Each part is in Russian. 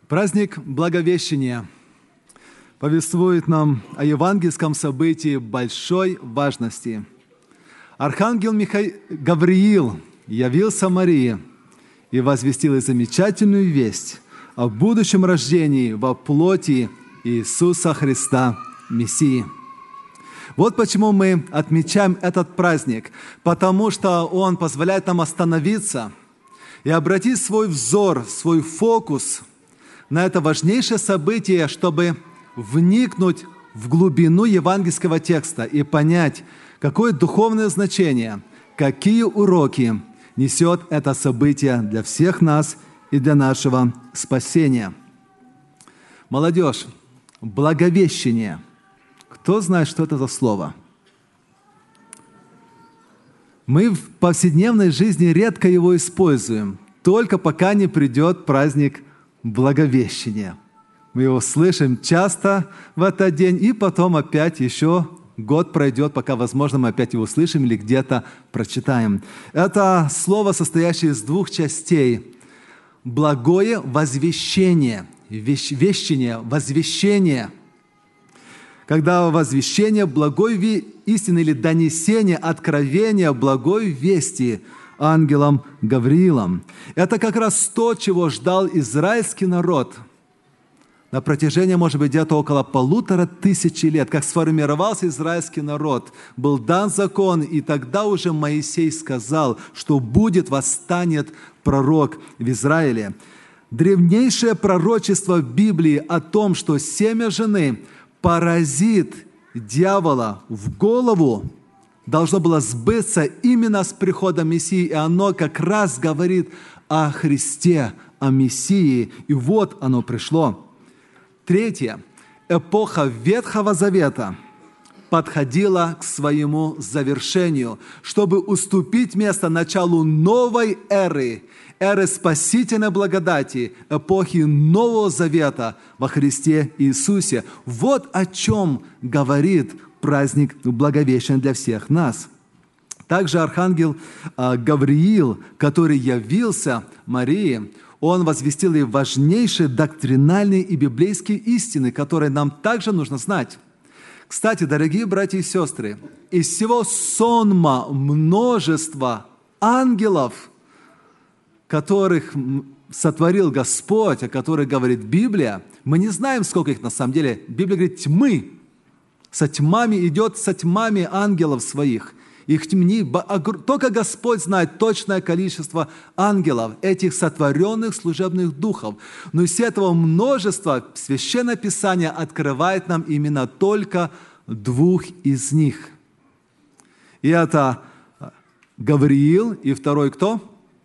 Праздник Благовещения повествует нам о евангельском событии большой важности. Архангел Гавриил явился Марии и возвестил ей замечательную весть о будущем рождении во плоти Иисуса Христа, Мессии. Вот почему мы отмечаем этот праздник, потому что он позволяет нам остановиться и обратить свой взор, свой фокус на это важнейшее событие, чтобы вникнуть в глубину евангельского текста и понять, какое духовное значение, какие уроки несет это событие для всех нас и для нашего спасения. Молодежь, благовещение. Кто знает, что это за слово? Мы в повседневной жизни редко его используем, только пока не придет праздник Благовещения. Мы его слышим часто в этот день, и потом опять еще год пройдет, пока, возможно, мы опять его услышим или где-то прочитаем. Это слово, состоящее из двух частей. Благое возвещение, вещение, возвещение. Когда возвещение благой истины или донесение, откровение благой вести ангелом Гавриилом. Это как раз то, чего ждал израильский народ на протяжении, может быть, где-то около 1500 лет, как сформировался израильский народ. Был дан закон, и тогда уже Моисей сказал, что восстанет пророк в Израиле. Древнейшее пророчество в Библии о том, что семя жены поразит дьявола в голову, должно было сбыться именно с приходом Мессии, и оно как раз говорит о Христе, о Мессии, и вот оно пришло. Третье. Эпоха Ветхого Завета подходила к своему завершению, чтобы уступить место началу новой эры спасительной благодати, эпохи Нового Завета во Христе Иисусе. Вот о чем говорит праздник Благовещения для всех нас. Также архангел Гавриил, который явился Марии, он возвестил ей важнейшие доктринальные и библейские истины, которые нам также нужно знать. Кстати, дорогие братья и сестры, из всего сонма множества ангелов, которых сотворил Господь, о которых говорит Библия, мы не знаем, сколько их на самом деле. Библия говорит тьмы. Со тьмами идет, со тьмами ангелов своих. Их тьмни, только Господь знает точное количество ангелов, этих сотворенных служебных духов. Но из этого множества Священное Писание открывает нам именно только двух из них. И это Гавриил и второй кто?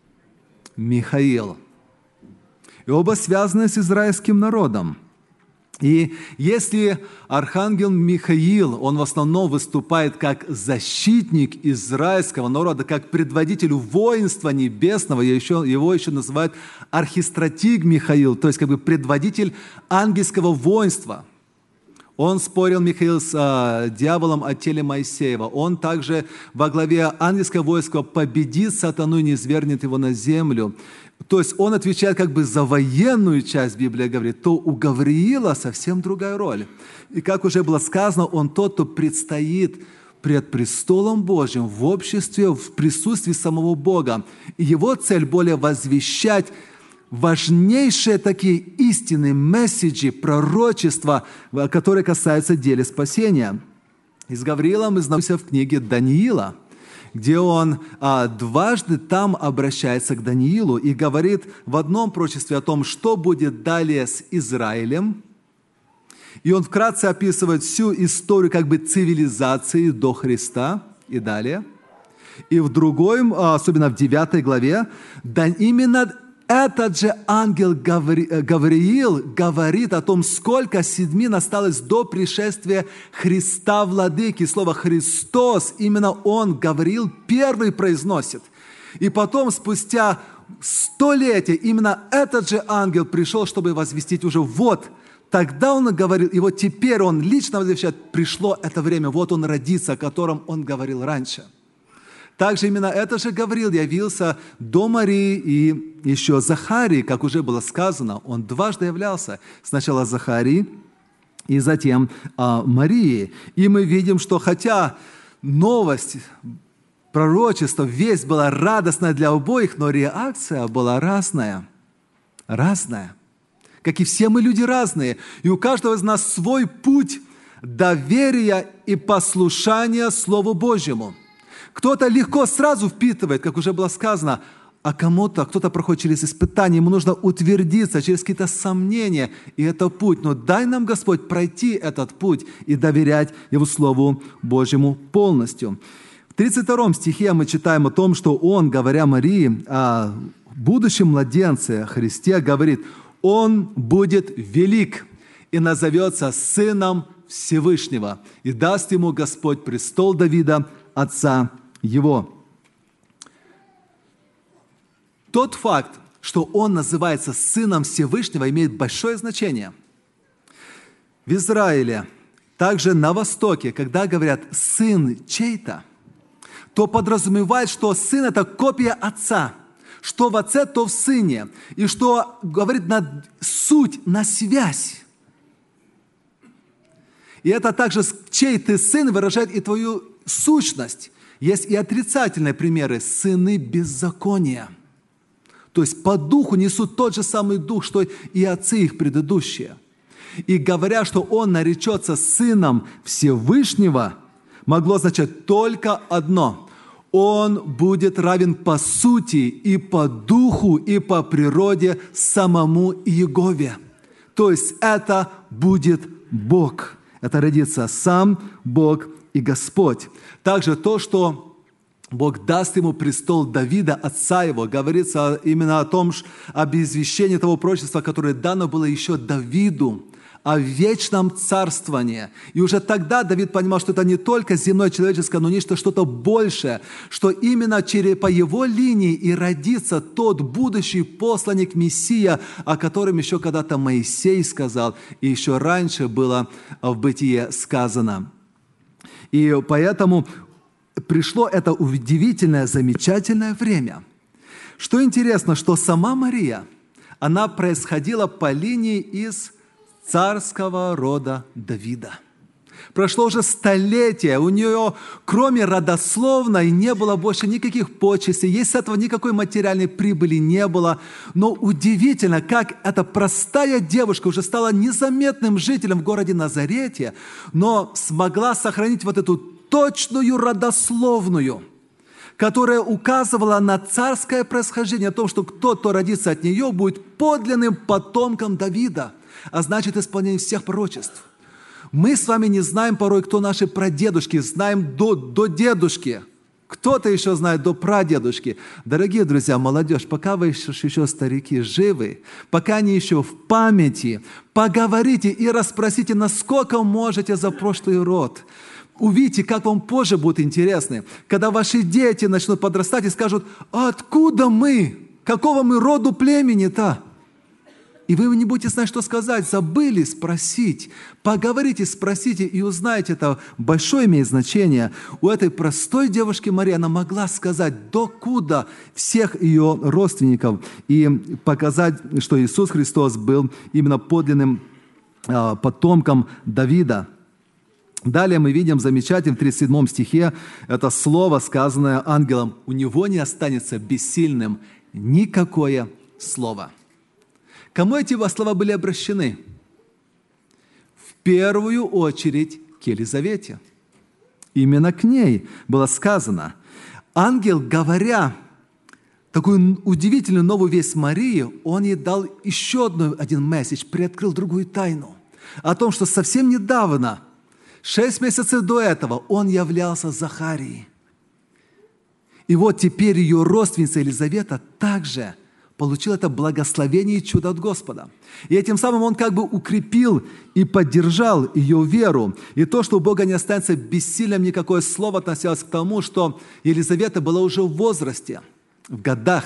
Михаил. И оба связаны с израильским народом. И если архангел Михаил, он в основном выступает как защитник израильского народа, как предводитель воинства небесного, его еще называют архистратиг Михаил, то есть как бы предводитель ангельского воинства. Он спорил, Михаил, с дьяволом о теле Моисеева. Он также во главе ангельского войска победит сатану и низвергнет его на землю. То есть он отвечает как бы за военную часть, Библия говорит, то у Гавриила совсем другая роль. И как уже было сказано, он тот, кто предстоит пред престолом Божьим в обществе, в присутствии самого Бога. И его цель более возвещать важнейшие такие истины, месседжи, пророчества, которые касаются дела спасения. И с Гавриилом мы знаемся в книге Даниила, где он дважды там обращается к Даниилу и говорит в одном пророчестве о том, что будет далее с Израилем. И он вкратце описывает всю историю как бы цивилизации до Христа и далее. И в другой, особенно в 9 главе, именно этот же ангел Гавриил говорит о том, сколько седмин осталось до пришествия Христа Владыки. Слово «Христос», именно он, Гавриил, первый произносит. И потом, спустя столетия, именно этот же ангел пришел, чтобы возвестить уже вот. Тогда он говорил, и вот теперь он лично возвещает, пришло это время, вот он родится, о котором он говорил раньше. Также именно это же Гавриил явился до Марии, и еще Захарий, как уже было сказано, он дважды являлся. Сначала Захарии, и затем Марии. И мы видим, что хотя новость, пророчество, весть была радостная для обоих, но реакция была разная. Разная. Как и все мы люди разные. И у каждого из нас свой путь доверия и послушания Слову Божьему. Кто-то легко сразу впитывает, как уже было сказано, а кто-то проходит через испытания, ему нужно утвердиться через какие-то сомнения, и это путь. Но дай нам, Господь, пройти этот путь и доверять Его Слову Божьему полностью. В 32 стихе мы читаем о том, что Он, говоря Марии о будущем младенце Христе, говорит: «Он будет велик и назовется Сыном Всевышнего, и даст Ему Господь престол Давида, отца Его». Тот факт, что Он называется Сыном Всевышнего, имеет большое значение. В Израиле, также на Востоке, когда говорят «сын чей-то», то подразумевает, что сын – это копия отца, что в отце, то в сыне, и что говорит на суть, на связь. И это также чей ты сын выражает и твою сущность. Есть и отрицательные примеры – сыны беззакония. То есть по духу несут тот же самый дух, что и отцы их предыдущие. И говоря, что он наречется Сыном Всевышнего, могло означать только одно: он будет равен по сути и по духу, и по природе самому Иегове. То есть это будет Бог. Это родится сам Бог и Господь. Также то, что Бог даст ему престол Давида, отца его, говорится именно о том, об извещении того пророчества, которое дано было еще Давиду, о вечном царствовании. И уже тогда Давид понимал, что это не только земное человеческое, но нечто что-то большее, что именно по его линии и родится тот будущий посланник Мессия, о котором еще когда-то Моисей сказал, и еще раньше было в Бытие сказано. И поэтому пришло это удивительное, замечательное время. Что интересно, что сама Мария, она происходила по линии из царского рода Давида. Прошло уже столетие, у нее, кроме родословной, не было больше никаких почестей, ей с этого никакой материальной прибыли не было. Но удивительно, как эта простая девушка уже стала незаметным жителем в городе Назарете, но смогла сохранить вот эту точную родословную, которая указывала на царское происхождение, о том, что кто-то родится от нее, будет подлинным потомком Давида, а значит, исполнение всех пророчеств. Мы с вами не знаем порой, кто наши прадедушки, знаем до дедушки. Кто-то еще знает до прадедушки. Дорогие друзья, молодежь, пока вы еще старики живы, пока они еще в памяти, поговорите и расспросите, насколько можете за прошлый род. Увидите, как вам позже будет интересно, когда ваши дети начнут подрастать и скажут: откуда мы? Какого мы роду племени-то? И вы не будете знать, что сказать. Забыли спросить. Поговорите, спросите и узнаете. Это большое имеет значение. У этой простой девушки Марии она могла сказать, докуда всех ее родственников, и показать, что Иисус Христос был именно подлинным потомком Давида. Далее мы видим замечательно в 37 стихе это слово, сказанное ангелом: «У него не останется бессильным никакое слово». Кому эти слова были обращены? В первую очередь к Елизавете. Именно к ней было сказано. Ангел, говоря такую удивительную новую весть Марии, он ей дал еще один месседж, приоткрыл другую тайну. О том, что совсем недавно, 6 месяцев до этого, он являлся Захарией. И вот теперь ее родственница Елизавета также получил это благословение и чудо от Господа. И этим самым он как бы укрепил и поддержал ее веру. И то, что у Бога не останется бессильным никакое слово, относилось к тому, что Елизавета была уже в возрасте, в годах.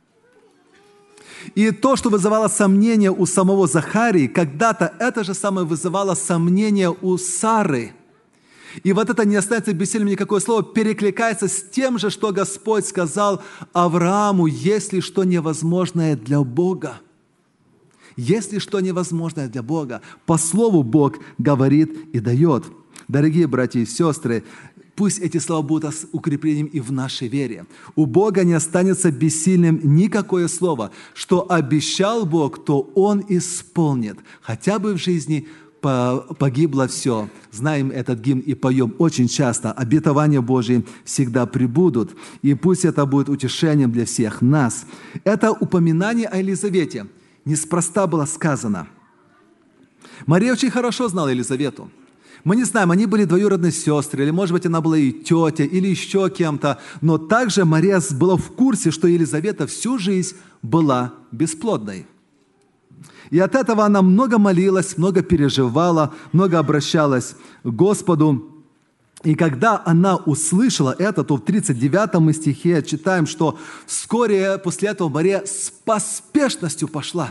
И то, что вызывало сомнение у самого Захарии, когда-то это же самое вызывало сомнение у Сары. И вот это не останется бессильным никакое слово, перекликается с тем же, что Господь сказал Аврааму: есть ли что невозможное для Бога? Есть ли что невозможное для Бога? По слову Бог говорит и дает. Дорогие братья и сестры, пусть эти слова будут укреплением и в нашей вере. У Бога не останется бессильным никакое слово. Что обещал Бог, то Он исполнит. Хотя бы в жизни погибло все. Знаем этот гимн и поем очень часто. Обетования Божьи всегда пребудут. И пусть это будет утешением для всех нас. Это упоминание о Елизавете неспроста было сказано. Мария очень хорошо знала Елизавету. Мы не знаем, они были двоюродные сестры, или, может быть, она была и тетя, или еще кем-то. Но также Мария была в курсе, что Елизавета всю жизнь была бесплодной. И от этого она много молилась, много переживала, много обращалась к Господу. И когда она услышала это, то в 39 стихе читаем, что вскоре после этого Мария с поспешностью пошла.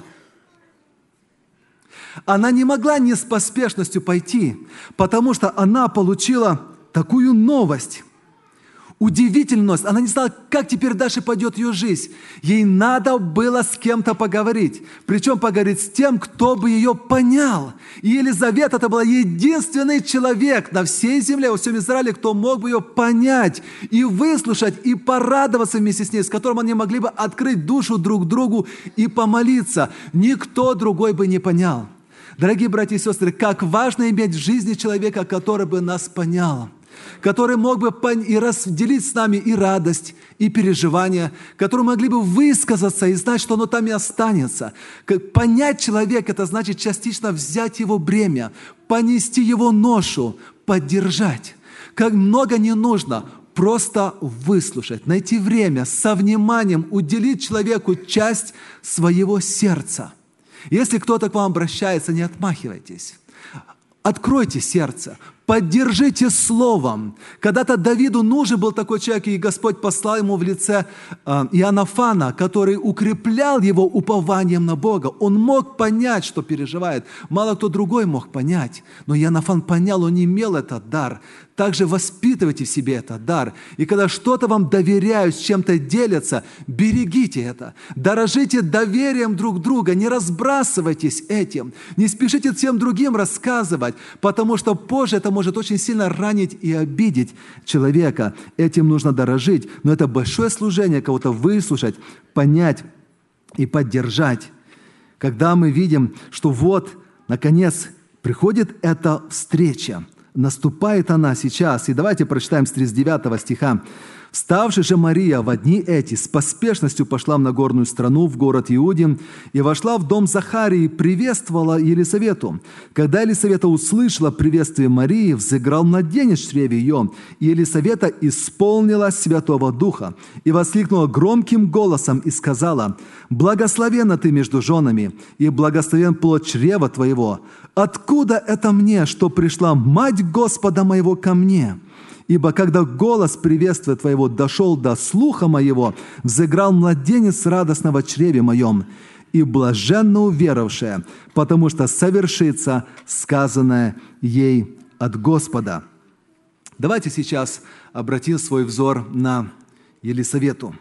Она не могла не с поспешностью пойти, потому что она получила такую новость, удивительность. Она не знала, как теперь дальше пойдет ее жизнь. Ей надо было с кем-то поговорить. Причем поговорить с тем, кто бы ее понял. И Елизавета, это была единственный человек на всей земле, во всем Израиле, кто мог бы ее понять и выслушать, и порадоваться вместе с ней, с которым они могли бы открыть душу друг другу и помолиться. Никто другой бы не понял. Дорогие братья и сестры, как важно иметь в жизни человека, который бы нас понял, который мог бы и разделить с нами и радость, и переживания, которые могли бы высказаться и знать, что оно там и останется. Понять человека – это значит частично взять его бремя, понести его ношу, поддержать. Как много не нужно, просто выслушать, найти время, со вниманием уделить человеку часть своего сердца. Если кто-то к вам обращается, не отмахивайтесь. Откройте сердце, поддержите словом. Когда-то Давиду нужен был такой человек, и Господь послал ему в лице Иоаннафана, который укреплял его упованием на Бога. Он мог понять, что переживает. Мало кто другой мог понять. Но Иоаннафан понял, он имел этот дар. Также воспитывайте в себе этот дар. И когда что-то вам доверяют, с чем-то делятся, берегите это. Дорожите доверием друг друга, не разбрасывайтесь этим. Не спешите всем другим рассказывать, потому что позже это может очень сильно ранить и обидеть человека. Этим нужно дорожить. Но это большое служение кого-то выслушать, понять и поддержать. Когда мы видим, что вот, наконец, приходит эта встреча, наступает она сейчас. И давайте прочитаем с 39 стиха. «Вставши же Мария в дни эти, с поспешностью пошла в Нагорную страну, в город Иудин, и вошла в дом Захарии, и приветствовала Елисавету. Когда Елисавета услышала приветствие Марии, взыграл младенец в чреве ее, и Елисавета исполнила Святого Духа, и воскликнула громким голосом и сказала: «Благословенна ты между женами, и благословен плод чрева твоего. Откуда это мне, что пришла мать Господа моего ко мне? Ибо когда голос приветствия Твоего дошел до слуха моего, взыграл младенец радостно в чреве моем, и блаженно уверовавшая, потому что совершится сказанное ей от Господа». Давайте сейчас обратим свой взор на Елисавету.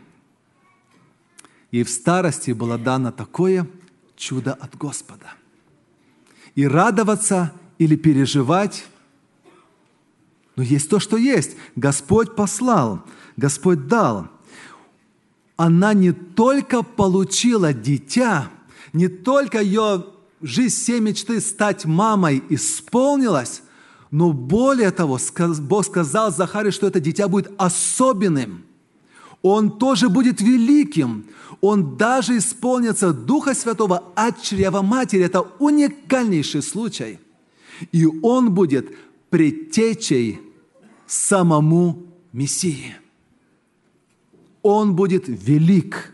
Ей в старости было дано такое чудо от Господа. И радоваться или переживать, но есть то, что есть. Господь послал, Господь дал. Она не только получила дитя, не только ее жизнь, все мечты стать мамой исполнилась, но более того, Бог сказал Захарии, что это дитя будет особенным. Он тоже будет великим. Он даже исполнится Духа Святого от чрева матери. Это уникальнейший случай. И он будет предтечей самому Мессии. Он будет велик.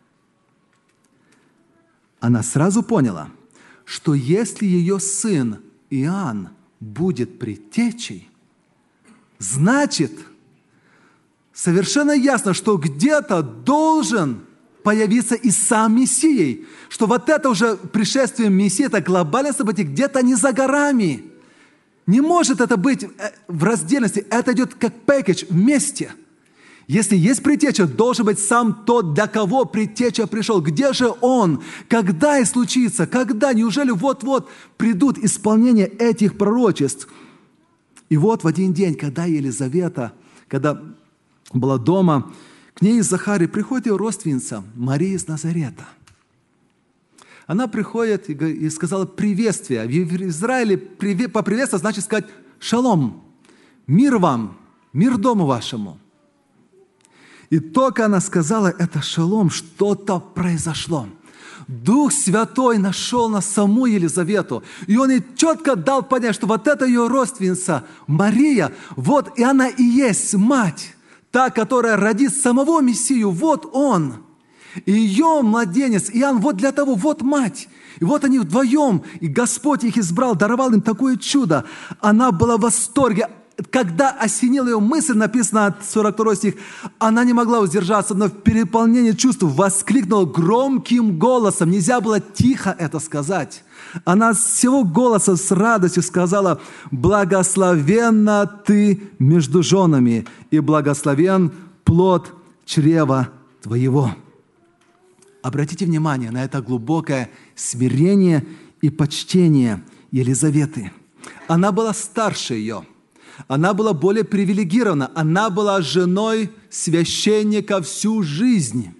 Она сразу поняла, что если ее сын Иоанн будет предтечей, значит, совершенно ясно, что где-то должен появиться и сам Мессией, что вот это уже пришествие Мессии, это глобальное событие, где-то не за горами. Не может это быть в раздельности. Это идет как пэкэдж вместе. Если есть предтеча, должен быть сам тот, для кого предтеча пришел. Где же он? Когда и случится? Когда? Неужели вот-вот придут исполнение этих пророчеств? И вот в один день, когда Елизавета, когда была дома, к ней из Захарии приходит ее родственница Мария из Назарета. Она приходит и сказала приветствие. В Израиле поприветствовать значит сказать шалом, мир вам, мир дому вашему. И только она сказала это шалом, что-то произошло. Дух Святой нашел на саму Елизавету, и он ей четко дал понять, что вот эта ее родственница Мария, вот и она и есть мать, та, которая родит самого Мессию, вот он. И ее младенец, Иоанн, вот для того, вот мать. И вот они вдвоем, и Господь их избрал, даровал им такое чудо. Она была в восторге. Когда осенила ее мысль, написано 42 стих, она не могла удержаться, но в переполнении чувств воскликнула громким голосом. Нельзя было тихо это сказать. Она с всего голоса с радостью сказала: «Благословенна ты между женами, и благословен плод чрева твоего». Обратите внимание на это глубокое смирение и почтение Елизаветы. Она была старше ее. Она была более привилегирована. Она была женой священника всю жизнь.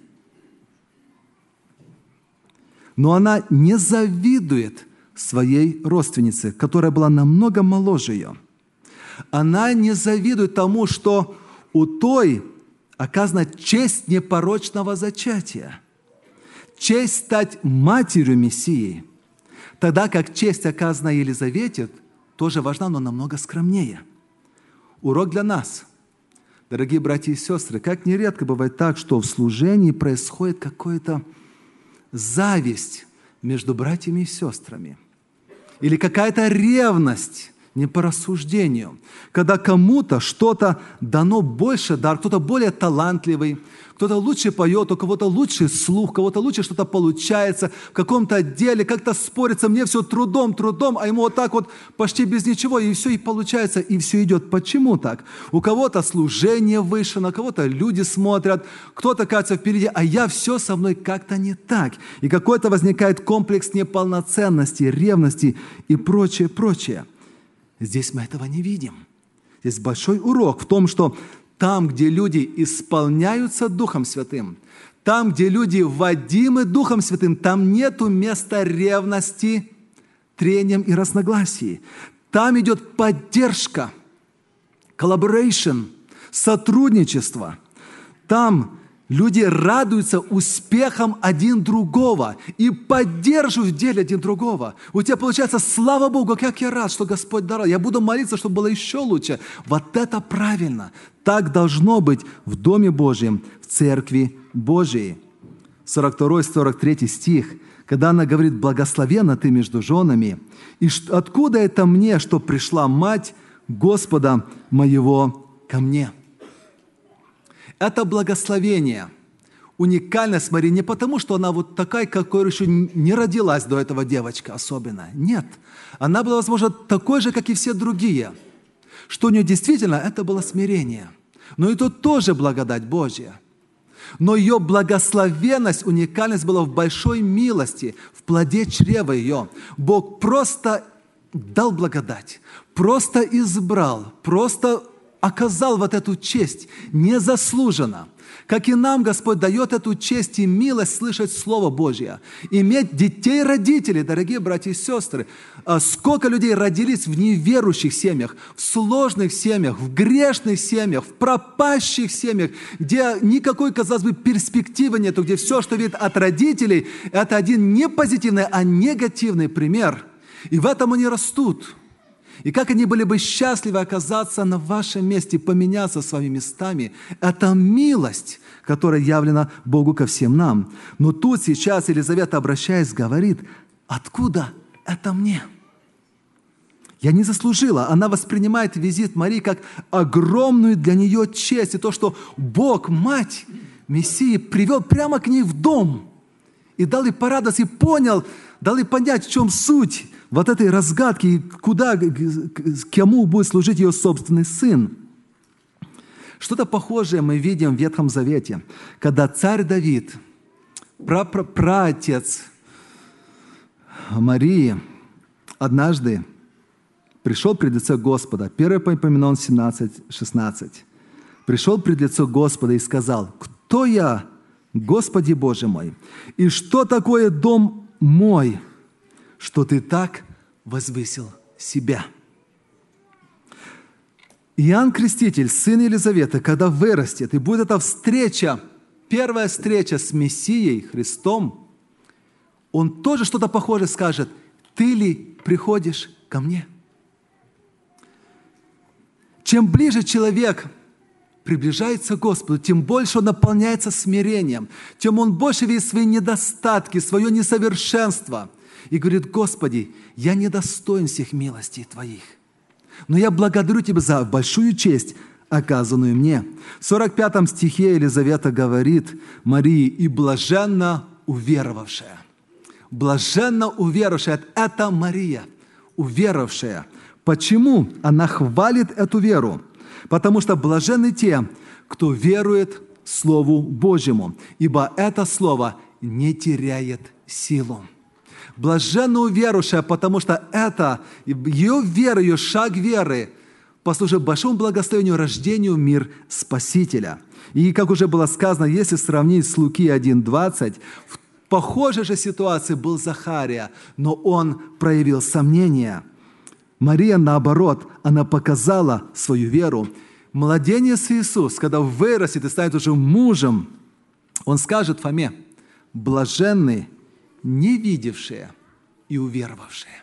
Но она не завидует своей родственнице, которая была намного моложе ее. Она не завидует тому, что у той оказана честь непорочного зачатия, честь стать матерью Мессии, тогда как честь, оказанная Елизавете, тоже важна, но намного скромнее. Урок для нас. Дорогие братья и сестры, как нередко бывает так, что в служении происходит какая-то зависть между братьями и сестрами. Или какая-то ревность не по рассуждению. Когда кому-то что-то дано больше дар, кто-то более талантливый, кто-то лучше поет, у кого-то лучший слух, у кого-то лучше что-то получается, в каком-то деле как-то спорится, мне все трудом, а ему вот так вот почти без ничего, и все и получается, и все идет. Почему так? У кого-то служение выше, на кого-то люди смотрят, кто-то кажется впереди, а я все со мной как-то не так. И какой-то возникает комплекс неполноценности, ревности и прочее. Здесь мы этого не видим. Здесь большой урок в том, что там, где люди исполняются Духом Святым, там, где люди водимы Духом Святым, там нету места ревности, трениям и разногласий. Там идет поддержка, collaboration, сотрудничество. Там люди радуются успехам один другого и поддерживают в деле один другого. У тебя получается, слава Богу, как я рад, что Господь даровал. Я буду молиться, чтобы было еще лучше. Вот это правильно. Так должно быть в Доме Божьем, в Церкви Божией. 42-43 стих, когда она говорит: «Благословенна ты между женами, и откуда это мне, что пришла мать Господа моего ко мне?» Это благословение, уникальность Марии не потому, что она вот такая, какой еще не родилась до этого девочка особенно. Нет. Она была, возможно, такой же, как и все другие. Что у нее действительно это было смирение. Но и тут тоже благодать Божья. Но ее благословенность, уникальность была в большой милости, в плоде чрева ее. Бог просто дал благодать, просто избрал, просто оказал вот эту честь незаслуженно. Как и нам Господь дает эту честь и милость слышать Слово Божье. Иметь детей родителей, дорогие братья и сестры. Сколько людей родились в неверующих семьях, в сложных семьях, в грешных семьях, в пропащих семьях, где никакой, казалось бы, перспективы нету, где все, что видят от родителей, это один не позитивный, а негативный пример. И в этом они растут. И как они были бы счастливы оказаться на вашем месте, поменяться своими местами. Это милость, которая явлена Богу ко всем нам. Но тут сейчас Елизавета, обращаясь, говорит: «Откуда это мне?» Я не заслужила. Она воспринимает визит Марии как огромную для нее честь. И то, что Бог, Мать Мессии, привел прямо к ней в дом. И дал ей порадоваться, и понял, дал ей понять, в чем суть вот этой разгадки, куда, кому будет служить ее собственный сын. Что-то похожее мы видим в Ветхом Завете, когда царь Давид, праотец Марии, однажды пришел пред лицо Господа. 1 Паралипоменон 17:16. Пришел пред лицо Господа и сказал: «Кто я, Господи Боже мой, и что такое дом мой, что Ты так возвысил себя?» Иоанн Креститель, сын Елизаветы, когда вырастет, и будет эта встреча, первая встреча с Мессией, Христом, он тоже что-то похожее скажет: «Ты ли приходишь ко мне?» Чем ближе человек приближается к Господу, тем больше он наполняется смирением, тем он больше видит свои недостатки, свое несовершенство. И говорит: «Господи, я недостоин всех милостей Твоих, но я благодарю Тебя за большую честь, оказанную мне». В 45 стихе Елизавета говорит Марии: «И блаженно уверовавшая». Блаженно уверовавшая – это Мария, уверовавшая. Почему она хвалит эту веру? Потому что блаженны те, кто верует Слову Божьему, ибо это Слово не теряет силу. Блаженно уверовавшая, потому что это ее вера, ее шаг веры послужит большому благословению рождению в мир Спасителя. И, как уже было сказано, если сравнить с Луки 1:20, в похожей же ситуации был Захария, но он проявил сомнения. Мария, наоборот, она показала свою веру. Младенец Иисус, когда вырастет и станет уже мужем, он скажет Фоме: «Блаженны не видевшие и уверовавшие».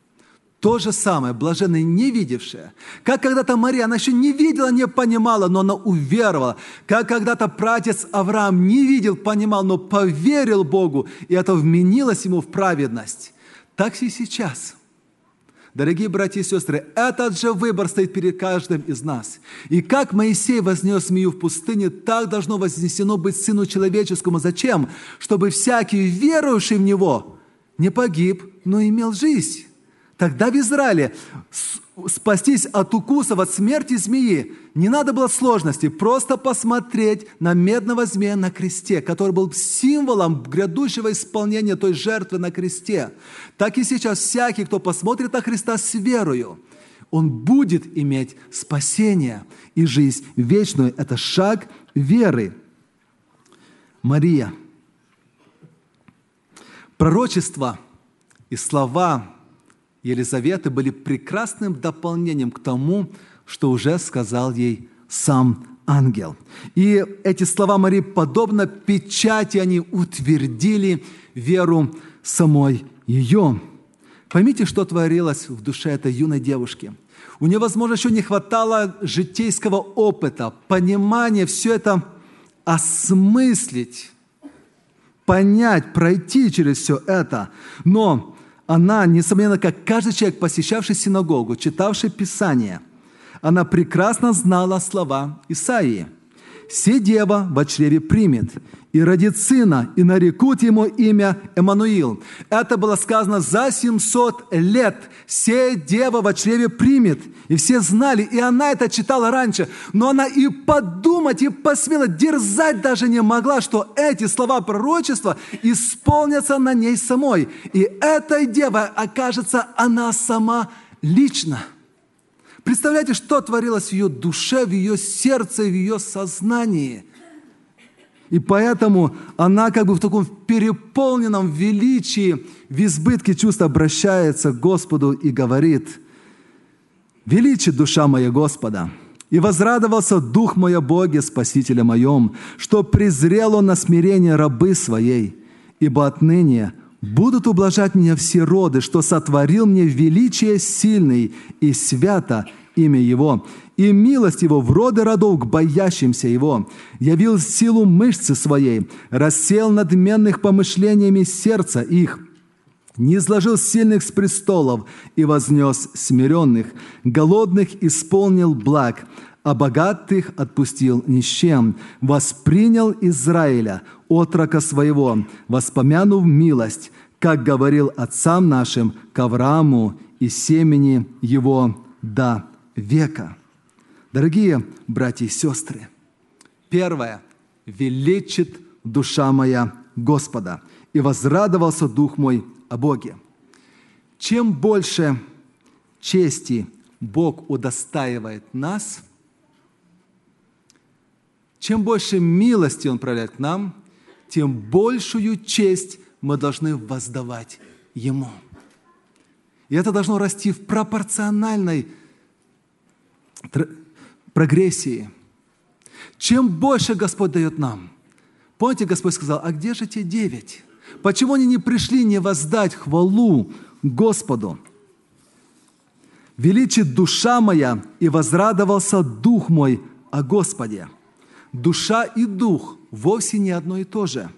То же самое, блаженны не видевшие. Как когда-то Мария, она еще не видела, не понимала, но она уверовала. Как когда-то праотец Авраам не видел, понимал, но поверил Богу, и это вменилось ему в праведность. Так и сейчас. Дорогие братья и сестры, этот же выбор стоит перед каждым из нас. И как Моисей вознес змею в пустыне, так должно вознесено быть Сыну Человеческому. Зачем? Чтобы всякий, верующий в Него, не погиб, но имел жизнь. Тогда в Израиле спастись от укусов, от смерти змеи не надо было сложности. Просто посмотреть на медного змея на кресте, который был символом грядущего исполнения той жертвы на кресте. Так и сейчас всякий, кто посмотрит на Христа с верою, он будет иметь спасение и жизнь вечную. Это шаг веры. Мария. Пророчество и слова Елизаветы были прекрасным дополнением к тому, что уже сказал ей сам ангел. И эти слова Марии, подобно печати, они утвердили веру самой ее. Поймите, что творилось в душе этой юной девушки. У нее, возможно, еще не хватало житейского опыта, понимания, все это осмыслить, понять, пройти через все это. Но она, несомненно, как каждый человек, посещавший синагогу, читавший Писание, она прекрасно знала слова Исаии. «Се дева во чреве примет, и родит сына, и нарекут ему имя Эммануил». Это было сказано за 700 лет. «Се дева во чреве примет». И все знали, и она это читала раньше, но она и подумать, и посмела, дерзать даже не могла, что эти слова пророчества исполнятся на ней самой. И этой девой окажется она сама лично. Представляете, что творилось в ее душе, в ее сердце, в ее сознании. И поэтому она как бы в таком переполненном величии, в избытке чувств обращается к Господу и говорит: «Величит душа моя Господа, и возрадовался дух мой о Боге, Спасителе моем, что презрел Он на смирение рабы своей, ибо отныне будут ублажать меня все роды, что сотворил мне величие сильный и свято имя Его, и милость Его в роды родов к боящимся Его, явил силу мышцы своей, рассеял надменных помышлениями сердца их, не изложил сильных с престолов и вознес смиренных, голодных исполнил благ, а богатых отпустил нищим, воспринял Израиля, отрока своего, воспомянув милость, как говорил отцам нашим, к Аврааму и семени его до века». Дорогие братья и сестры, первое. «Величит душа моя Господа, и возрадовался дух мой о Боге». Чем больше чести Бог удостаивает нас, чем больше милости Он проявляет к нам, тем большую честь мы должны воздавать Ему. И это должно расти в пропорциональной прогрессии. Чем больше Господь дает нам. Помните, Господь сказал: «А где же те 9? Почему они не пришли не воздать хвалу Господу?» «Величит душа моя, и возрадовался дух мой о Господе». Душа и дух вовсе не одно и то же.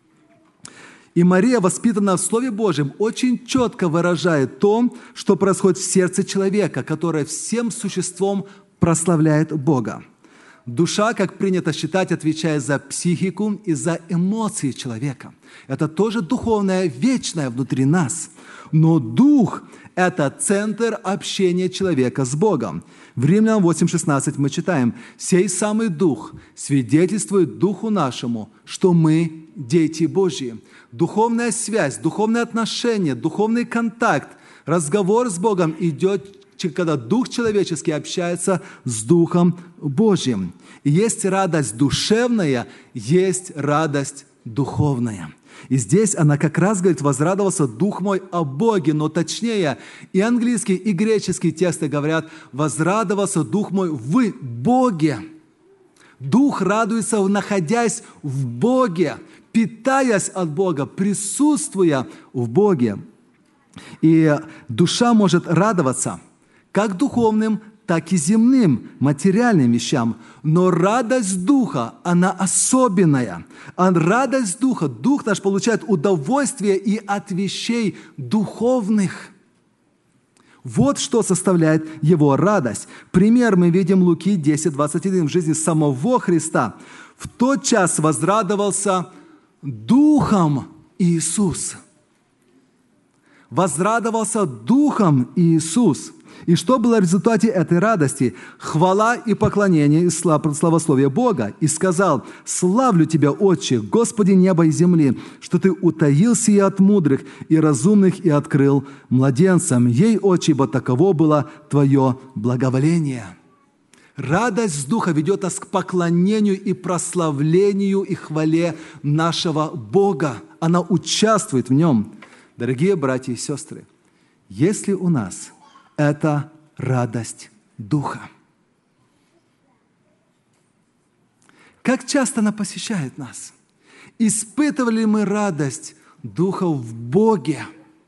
И Мария, воспитанная в Слове Божьем, очень четко выражает то, что происходит в сердце человека, которое всем существом прославляет Бога. Душа, как принято считать, отвечает за психику и за эмоции человека. Это тоже духовное, вечное внутри нас. Но дух – это центр общения человека с Богом. В Римлянам 8:16 мы читаем: «Сей самый дух свидетельствует духу нашему, что мы дети Божьи». Духовная связь, духовные отношения, духовный контакт, разговор с Богом идет, когда дух человеческий общается с Духом Божьим. И есть радость душевная, есть радость духовная. И здесь она как раз говорит: «Возрадовался дух мой о Боге», но точнее и английский, и греческий тексты говорят: «Возрадовался дух мой в Боге». Дух радуется, находясь в Боге, питаясь от Бога, присутствуя в Боге. И душа может радоваться как духовным, так и земным, материальным вещам. Но радость Духа, она особенная. А радость Духа, Дух наш получает удовольствие и от вещей духовных. Вот что составляет его радость. Пример мы видим Луки 10:21 в жизни самого Христа. «В тот час возрадовался Духом Иисус». Возрадовался Духом Иисус. И что было в результате этой радости? Хвала и поклонение и славословие Бога. И сказал: «Славлю Тебя, Отче, Господи неба и земли, что Ты утаил сие от мудрых и разумных и открыл младенцам. Ей, Отче, ибо таково было Твое благоволение». Радость Духа ведет нас к поклонению и прославлению и хвале нашего Бога. Она участвует в нем. Дорогие братья и сестры, если у нас это радость Духа, как часто она посещает нас? Испытывали мы радость Духа в Боге?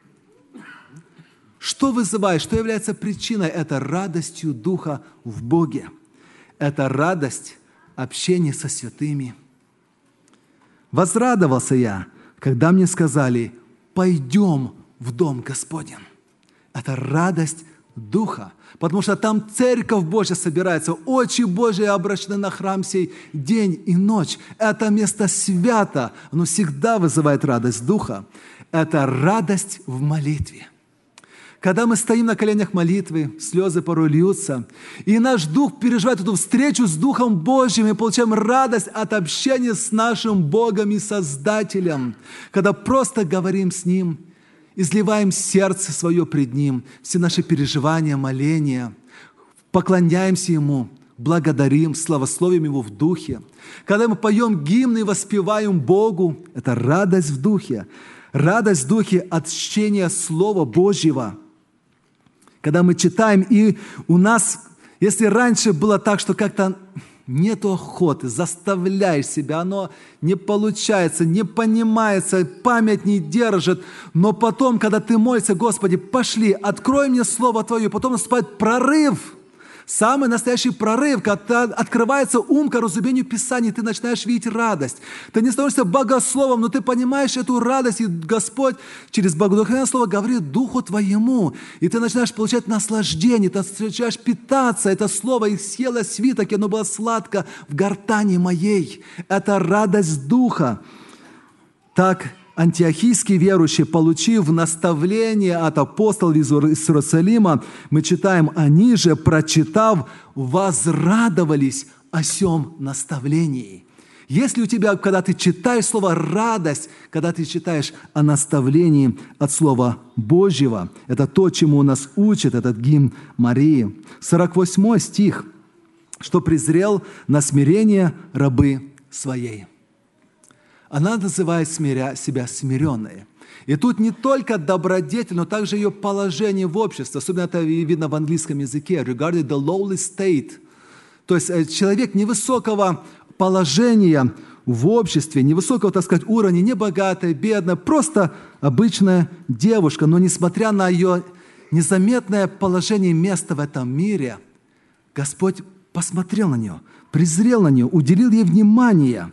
Что вызывает, что является причиной этой радостью Духа в Боге? Это радость общения со святыми. «Возрадовался я, когда мне сказали: пойдем в дом Господень». Это радость Духа, потому что там Церковь Божья собирается, очи Божьи обращены на храм сей день и ночь. Это место свято, оно всегда вызывает радость Духа. Это радость в молитве. Когда мы стоим на коленях молитвы, слезы порой льются, и наш дух переживает эту встречу с Духом Божьим, и получаем радость от общения с нашим Богом и Создателем, когда просто говорим с Ним, изливаем сердце свое пред Ним, все наши переживания, моления, поклоняемся Ему, благодарим, славословим Его в Духе. Когда мы поем гимны и воспеваем Богу, это радость в Духе. Радость в Духе от чтения Слова Божьего. Когда мы читаем, и у нас, если раньше было так, что как-то нету охоты, заставляешь себя, оно не получается, не понимается, память не держит, но потом, когда ты молишься: Господи, пошли, открой мне Слово Твое, потом наступает прорыв. Самый настоящий прорыв, когда открывается ум к разумению Писаний, ты начинаешь видеть радость. Ты не становишься богословом, но ты понимаешь эту радость, и Господь через богодухновенное слово говорит Духу твоему, и ты начинаешь получать наслаждение, ты начинаешь питаться. Это слово «И съела свиток, и оно было сладко в гортани моей». Это радость Духа. Так антиохийские верующие, получив наставление от апостолов из Иерусалима, мы читаем, они же, прочитав, возрадовались о сем наставлении. Если у тебя, когда ты читаешь слово «радость», когда ты читаешь о наставлении от Слова Божьего, это то, чему нас учит этот гимн Марии. 48 стих, что презрел на смирение рабы своей. Она называет себя смиренной. И тут не только добродетель, но также ее положение в обществе. Особенно это видно в английском языке. Regarding the lowly state. То есть человек невысокого положения в обществе, невысокого, так сказать, уровня, не богатая, бедная, просто обычная девушка. Но несмотря на ее незаметное положение и место в этом мире, Господь посмотрел на нее, презрел на нее, уделил ей внимание.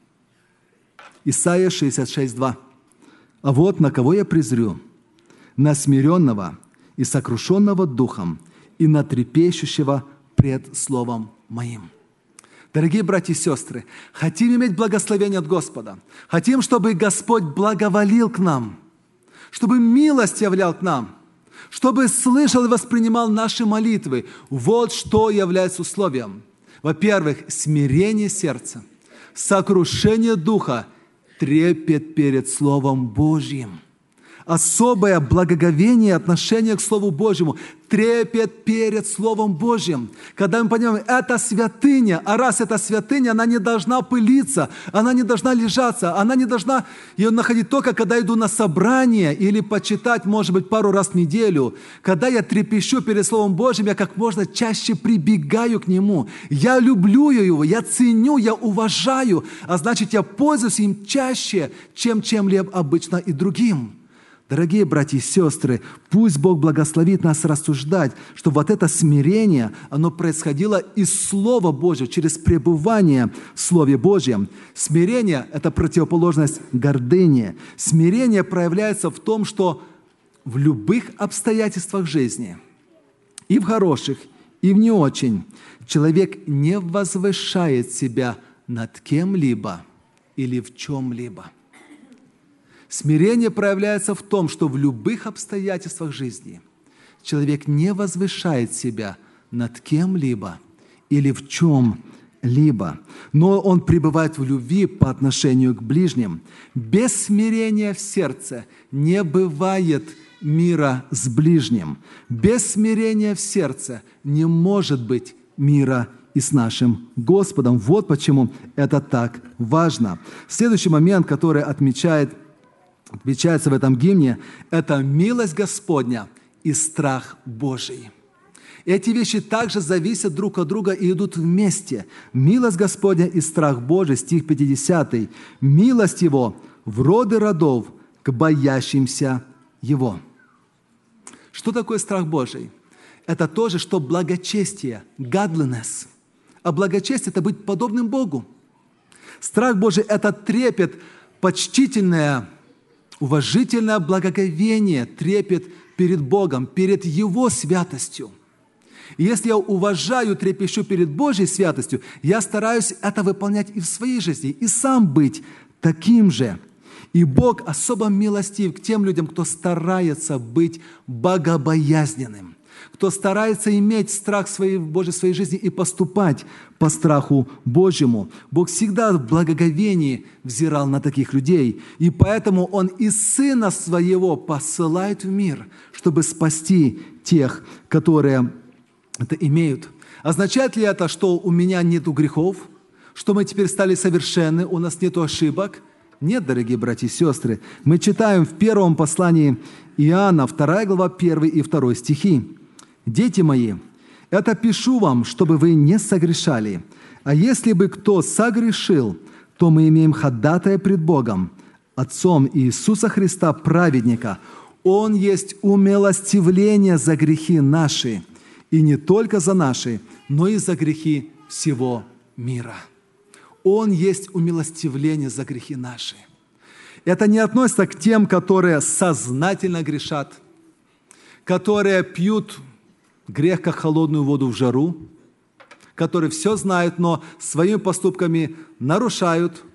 Исайя 66:2. «А вот на кого я презрю? На смиренного и сокрушенного духом, и на трепещущего пред словом моим». Дорогие братья и сестры, хотим иметь благословение от Господа. Хотим, чтобы Господь благоволил к нам, чтобы милость являл к нам, чтобы слышал и воспринимал наши молитвы. Вот что является условием. Во-первых, смирение сердца, сокрушение духа, трепет перед Словом Божьим. Особое благоговение, отношение к Слову Божьему, трепет перед Словом Божьим. Когда мы понимаем, это святыня, а раз это святыня, она не должна пылиться, она не должна лежаться, она не должна ее находить только, когда иду на собрание или почитать, может быть, пару раз в неделю. Когда я трепещу перед Словом Божьим, я как можно чаще прибегаю к Нему. Я люблю Его, я ценю, я уважаю, а значит, я пользуюсь им чаще, чем чем-либо обычно и другим. Дорогие братья и сестры, пусть Бог благословит нас рассуждать, что вот это смирение, оно происходило из Слова Божьего, через пребывание в Слове Божьем. Смирение – это противоположность гордыне. Смирение проявляется в том, что в любых обстоятельствах жизни, и в хороших, и в не очень, человек не возвышает себя над кем-либо или в чем-либо. Смирение проявляется в том, что в любых обстоятельствах жизни человек не возвышает себя над кем-либо или в чем-либо, но он пребывает в любви по отношению к ближним. Без смирения в сердце не бывает мира с ближним. Без смирения в сердце не может быть мира и с нашим Господом. Вот почему это так важно. Следующий момент, который отмечается в этом гимне, это милость Господня и страх Божий. Эти вещи также зависят друг от друга и идут вместе. Милость Господня и страх Божий, стих 50. Милость Его в роды родов к боящимся Его. Что такое страх Божий? Это то же, что благочестие, godliness. А благочестие – это быть подобным Богу. Страх Божий – это трепет, почтительное, уважительное благоговение, трепет перед Богом, перед Его святостью. И если я уважаю, трепещу перед Божьей святостью, я стараюсь это выполнять и в своей жизни, и сам быть таким же. И Бог особо милостив к тем людям, кто старается быть богобоязненным, кто старается иметь страх Божий в своей жизни и поступать по страху Божьему. Бог всегда в благоговении взирал на таких людей, и поэтому Он и Сына Своего посылает в мир, чтобы спасти тех, которые это имеют. Означает ли это, что у меня нет грехов, что мы теперь стали совершенны, у нас нет ошибок? Нет, дорогие братья и сестры. Мы читаем в первом послании Иоанна, 2 глава, 1 и 2 стихи. «Дети мои, это пишу вам, чтобы вы не согрешали. А если бы кто согрешил, то мы имеем ходатая пред Богом, Отцом Иисуса Христа, праведника. Он есть умилостивление за грехи наши, и не только за наши, но и за грехи всего мира». Он есть умилостивление за грехи наши. Это не относится к тем, которые сознательно грешат, которые пьют грех, как холодную воду в жару, которые все знают, но своими поступками нарушают,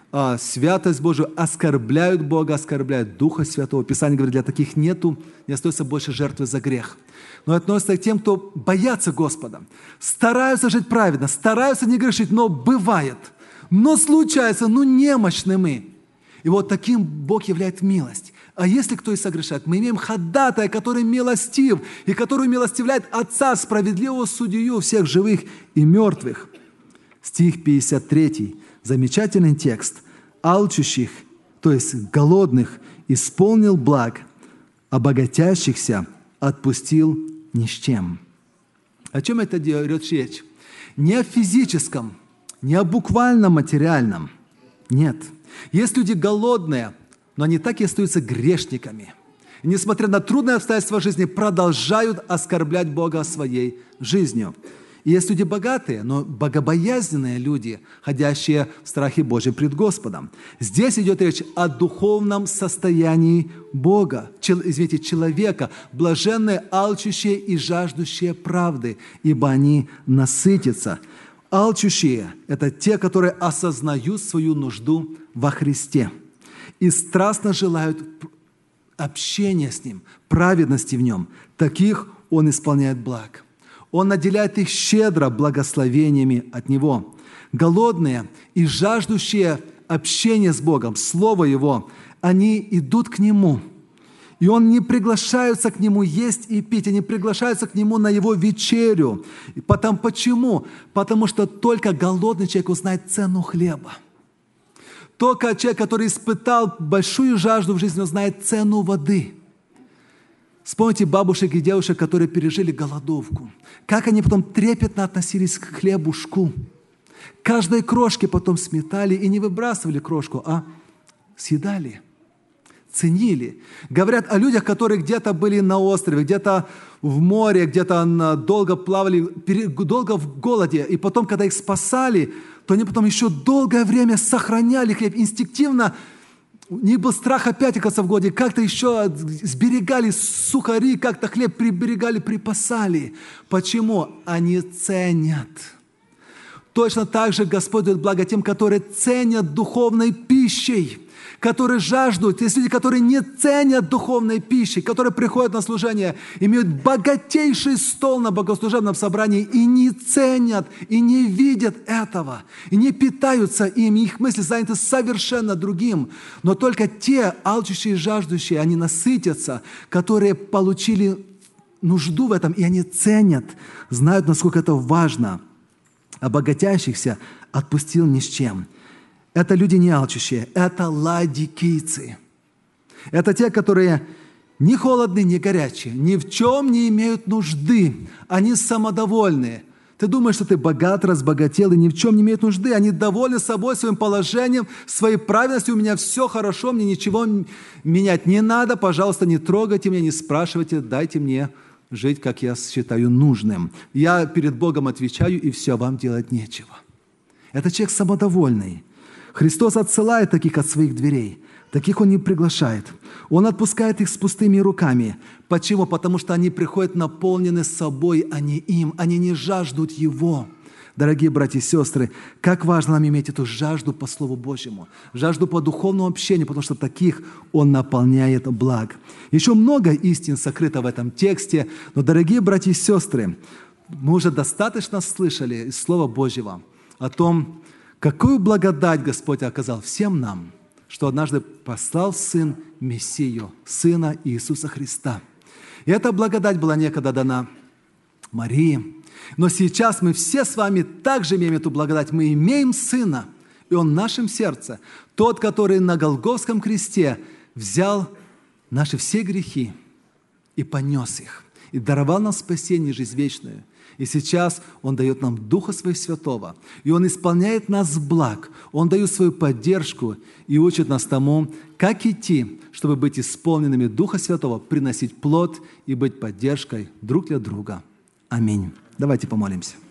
святость Божию, оскорбляют Бога, оскорбляют Духа Святого. Писание говорит, для таких не остается больше жертвы за грех. Но относится к тем, кто боятся Господа, стараются жить праведно, стараются не грешить, но бывает, но случается, немощны мы. И вот таким Бог являет милость. А если кто и согрешает, мы имеем ходатая, который милостив, и который милостивляет Отца, справедливого судью всех живых и мертвых. Стих 53, замечательный текст. «Алчущих, то есть голодных, исполнил благ, а богатящихся отпустил ни с чем». О чем это идет речь? Не о физическом, не о буквальном материальном. Нет. Есть люди голодные, но они так и остаются грешниками. И, несмотря на трудные обстоятельства жизни, продолжают оскорблять Бога своей жизнью. И есть люди богатые, но богобоязненные люди, ходящие в страхе Божьем пред Господом. Здесь идет речь о духовном состоянии человека, блаженные, алчущие и жаждущие правды, ибо они насытятся. Алчущие – это те, которые осознают свою нужду во Христе и страстно желают общения с Ним, праведности в Нем. Таких Он исполняет благ. Он наделяет их щедро благословениями от Него. Голодные и жаждущие общения с Богом, Слова Его, они идут к Нему. И Он не приглашаются к Нему есть и пить, они приглашаются к Нему на Его вечерю. Почему? Потому что только голодный человек узнает цену хлеба. Только человек, который испытал большую жажду в жизни, узнает цену воды. Вспомните бабушек и девушек, которые пережили голодовку. Как они потом трепетно относились к хлебушку. Каждой крошке потом сметали и не выбрасывали крошку, а съедали, ценили. Говорят о людях, которые где-то были на острове, где-то в море, где-то долго плавали, долго в голоде. И потом, когда их спасали, то они потом еще долгое время сохраняли хлеб инстинктивно. Не был страх опять оказаться в голоде, как-то еще сберегали сухари, как-то хлеб приберегали, припасали. Почему? Они ценят. Точно так же Господь дает благо тем, которые ценят духовной пищей, которые жаждут. Есть люди, которые не ценят духовной пищи, которые приходят на служение, имеют богатейший стол на богослужебном собрании и не ценят, и не видят этого, и не питаются им, их мысли заняты совершенно другим. Но только те, алчущие и жаждущие, они насытятся, которые получили нужду в этом, и они ценят, знают, насколько это важно. А богатящихся отпустил ни с чем. Это люди не алчущие, это ладикийцы. Это те, которые ни холодные, ни горячие, ни в чем не имеют нужды. Они самодовольные. Ты думаешь, что ты богат, разбогател и ни в чем не имеют нужды. Они довольны собой, своим положением, своей праведностью. У меня все хорошо, мне ничего менять не надо. Пожалуйста, не трогайте меня, не спрашивайте, дайте мне жить, как я считаю нужным. Я перед Богом отвечаю, и все, вам делать нечего. Это человек самодовольный. Христос отсылает таких от своих дверей. Таких Он не приглашает. Он отпускает их с пустыми руками. Почему? Потому что они приходят наполнены собой, а не им. Они не жаждут Его. Дорогие братья и сестры, как важно нам иметь эту жажду по Слову Божьему, жажду по духовному общению, потому что таких Он наполняет благ. Еще много истин сокрыто в этом тексте, но, дорогие братья и сестры, мы уже достаточно слышали из Слова Божьего о том, какую благодать Господь оказал всем нам, что однажды послал Сын Мессию, Сына Иисуса Христа. И эта благодать была некогда дана Марии. Но сейчас мы все с вами также имеем эту благодать. Мы имеем Сына, и Он в нашем сердце. Тот, который на Голгофском кресте взял наши все грехи и понес их, и даровал нам спасение и жизнь вечную. И сейчас Он дает нам Духа Своего Святого, и Он исполняет нас в благ. Он дает свою поддержку и учит нас тому, как идти, чтобы быть исполненными Духа Святого, приносить плод и быть поддержкой друг для друга. Аминь. Давайте помолимся.